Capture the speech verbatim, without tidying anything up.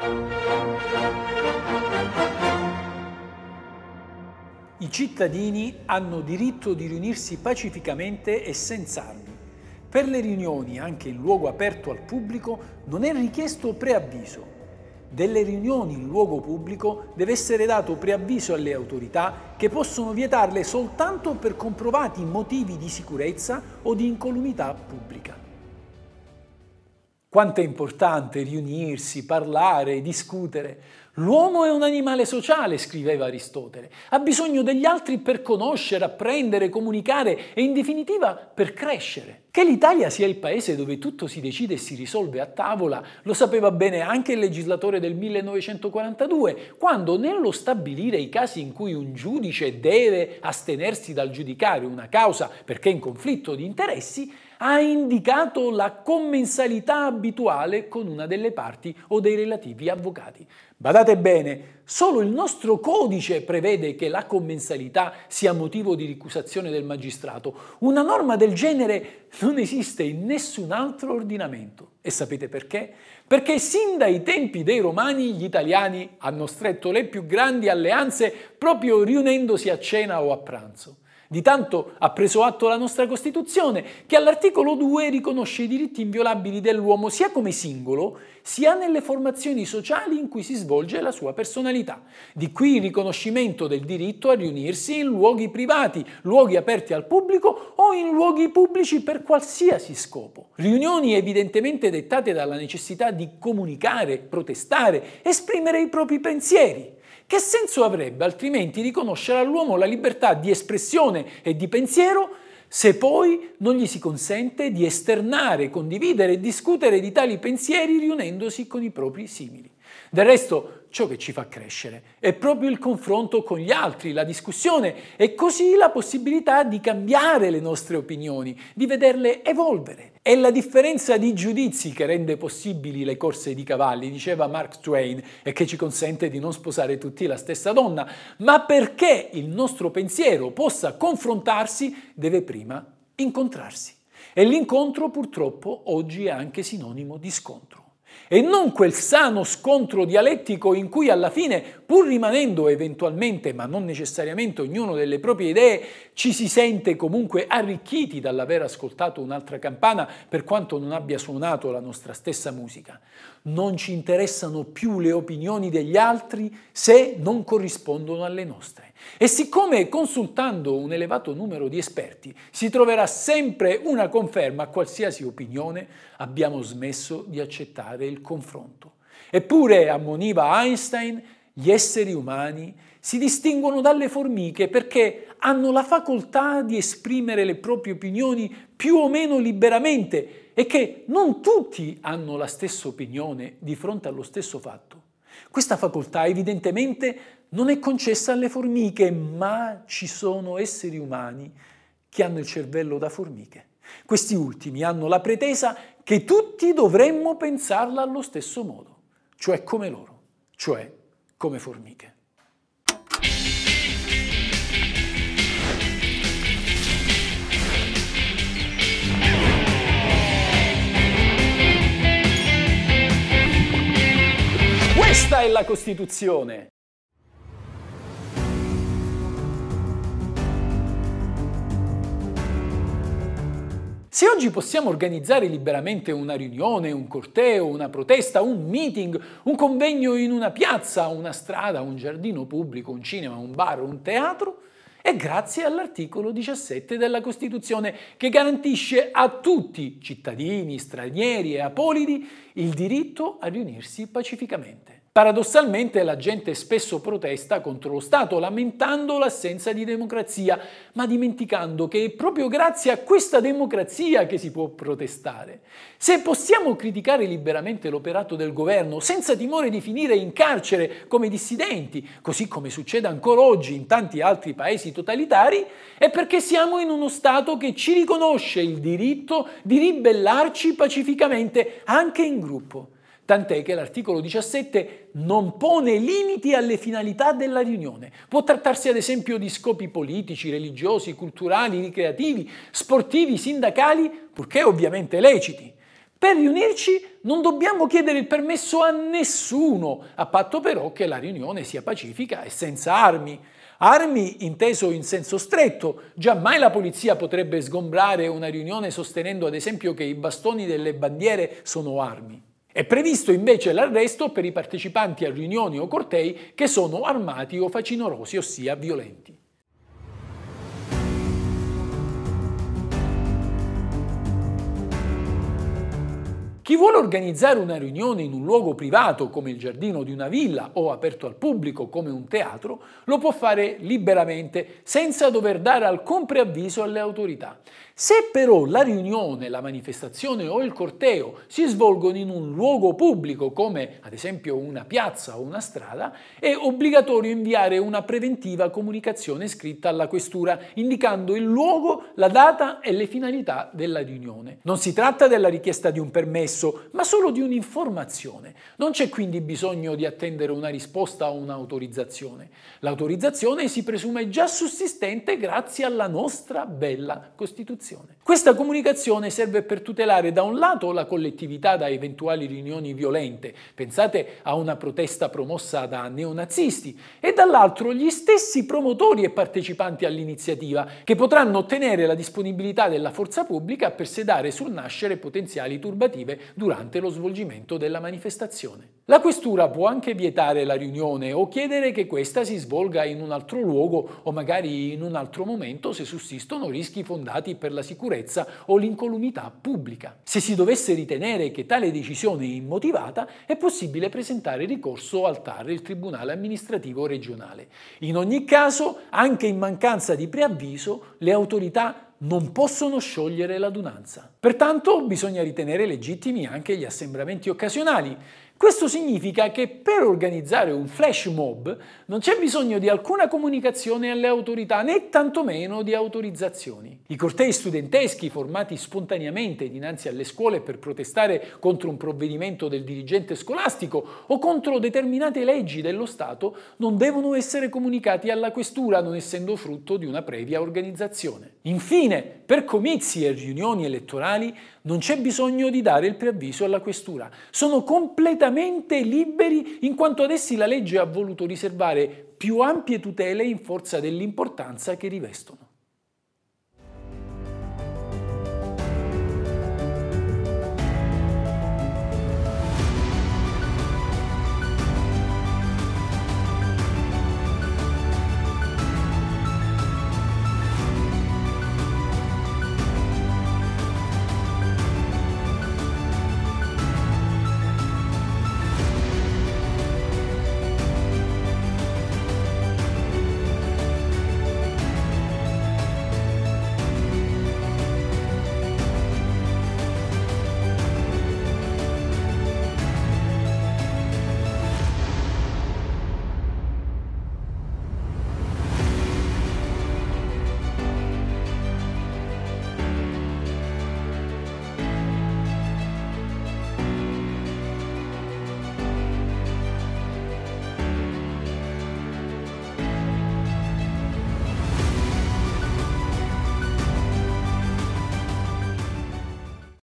I cittadini hanno diritto di riunirsi pacificamente e senza armi. Per le riunioni, anche in luogo aperto al pubblico, non è richiesto preavviso. Delle riunioni in luogo pubblico deve essere dato preavviso alle autorità che possono vietarle soltanto per comprovati motivi di sicurezza o di incolumità pubblica. Quanto è importante riunirsi, parlare, discutere. L'uomo è un animale sociale, scriveva Aristotele. Ha bisogno degli altri per conoscere, apprendere, comunicare e in definitiva per crescere. Che l'Italia sia il paese dove tutto si decide e si risolve a tavola lo sapeva bene anche il legislatore del millenovecentoquarantadue, quando nello stabilire i casi in cui un giudice deve astenersi dal giudicare una causa perché è in conflitto di interessi, ha indicato la commensalità abituale con una delle parti o dei relativi avvocati. Badate bene, solo il nostro codice prevede che la commensalità sia motivo di ricusazione del magistrato. Una norma del genere non esiste in nessun altro ordinamento. E sapete perché? Perché sin dai tempi dei Romani gli italiani hanno stretto le più grandi alleanze proprio riunendosi a cena o a pranzo. Di tanto ha preso atto la nostra Costituzione, che all'articolo due riconosce i diritti inviolabili dell'uomo sia come singolo, sia nelle formazioni sociali in cui si svolge la sua personalità. Di qui il riconoscimento del diritto a riunirsi in luoghi privati, luoghi aperti al pubblico o in luoghi pubblici per qualsiasi scopo. Riunioni evidentemente dettate dalla necessità di comunicare, protestare, esprimere i propri pensieri. Che senso avrebbe altrimenti riconoscere all'uomo la libertà di espressione e di pensiero se poi non gli si consente di esternare, condividere e discutere di tali pensieri riunendosi con i propri simili? Del resto, ciò che ci fa crescere è proprio il confronto con gli altri, la discussione e così la possibilità di cambiare le nostre opinioni, di vederle evolvere. È la differenza di giudizi che rende possibili le corse di cavalli, diceva Mark Twain, e che ci consente di non sposare tutti la stessa donna, ma perché il nostro pensiero possa confrontarsi deve prima incontrarsi. E l'incontro purtroppo oggi è anche sinonimo di scontro. E non quel sano scontro dialettico in cui alla fine, pur rimanendo eventualmente, ma non necessariamente, ognuno delle proprie idee, ci si sente comunque arricchiti dall'aver ascoltato un'altra campana per quanto non abbia suonato la nostra stessa musica. Non ci interessano più le opinioni degli altri se non corrispondono alle nostre. E siccome consultando un elevato numero di esperti si troverà sempre una conferma a qualsiasi opinione, abbiamo smesso di accettare il confronto. Eppure, ammoniva Einstein, gli esseri umani si distinguono dalle formiche perché hanno la facoltà di esprimere le proprie opinioni più o meno liberamente e che non tutti hanno la stessa opinione di fronte allo stesso fatto. Questa facoltà evidentemente non è concessa alle formiche, ma ci sono esseri umani che hanno il cervello da formiche. Questi ultimi hanno la pretesa che tutti dovremmo pensarla allo stesso modo, cioè come loro, cioè come formiche. Questa è la Costituzione. Se oggi possiamo organizzare liberamente una riunione, un corteo, una protesta, un meeting, un convegno in una piazza, una strada, un giardino pubblico, un cinema, un bar, un teatro, è grazie all'articolo diciassette della Costituzione che garantisce a tutti, cittadini, stranieri e apolidi, il diritto a riunirsi pacificamente. Paradossalmente la gente spesso protesta contro lo Stato, lamentando l'assenza di democrazia, ma dimenticando che è proprio grazie a questa democrazia che si può protestare. Se possiamo criticare liberamente l'operato del governo senza timore di finire in carcere come dissidenti, così come succede ancora oggi in tanti altri paesi totalitari, è perché siamo in uno Stato che ci riconosce il diritto di ribellarci pacificamente anche in gruppo. Tant'è che l'articolo diciassette non pone limiti alle finalità della riunione. Può trattarsi ad esempio di scopi politici, religiosi, culturali, ricreativi, sportivi, sindacali, purché ovviamente leciti. Per riunirci non dobbiamo chiedere il permesso a nessuno, a patto però che la riunione sia pacifica e senza armi. Armi inteso in senso stretto, giammai la polizia potrebbe sgombrare una riunione sostenendo ad esempio che i bastoni delle bandiere sono armi. È previsto invece l'arresto per i partecipanti a riunioni o cortei che sono armati o facinorosi, ossia violenti. Chi vuole organizzare una riunione in un luogo privato come il giardino di una villa o aperto al pubblico come un teatro lo può fare liberamente senza dover dare alcun preavviso alle autorità. Se però la riunione, la manifestazione o il corteo si svolgono in un luogo pubblico come ad esempio una piazza o una strada, è obbligatorio inviare una preventiva comunicazione scritta alla questura indicando il luogo, la data e le finalità della riunione. Non si tratta della richiesta di un permesso, ma solo di un'informazione. Non c'è quindi bisogno di attendere una risposta o un'autorizzazione. L'autorizzazione si presume già sussistente grazie alla nostra bella Costituzione. Questa comunicazione serve per tutelare da un lato la collettività da eventuali riunioni violente, pensate a una protesta promossa da neonazisti, e dall'altro gli stessi promotori e partecipanti all'iniziativa, che potranno ottenere la disponibilità della forza pubblica per sedare sul nascere potenziali turbative durante lo svolgimento della manifestazione. La questura può anche vietare la riunione o chiedere che questa si svolga in un altro luogo o magari in un altro momento se sussistono rischi fondati per la sicurezza o l'incolumità pubblica. Se si dovesse ritenere che tale decisione è immotivata, è possibile presentare ricorso al T A R, il Tribunale Amministrativo Regionale. In ogni caso, anche in mancanza di preavviso, le autorità non possono sciogliere l'adunanza. Pertanto bisogna ritenere legittimi anche gli assembramenti occasionali. Questo significa che per organizzare un flash mob non c'è bisogno di alcuna comunicazione alle autorità né tantomeno di autorizzazioni. I cortei studenteschi formati spontaneamente dinanzi alle scuole per protestare contro un provvedimento del dirigente scolastico o contro determinate leggi dello Stato non devono essere comunicati alla questura, non essendo frutto di una previa organizzazione. Infine, per comizi e riunioni elettorali non c'è bisogno di dare il preavviso alla questura. Sono completamente liberi in quanto ad essi la legge ha voluto riservare più ampie tutele in forza dell'importanza che rivestono.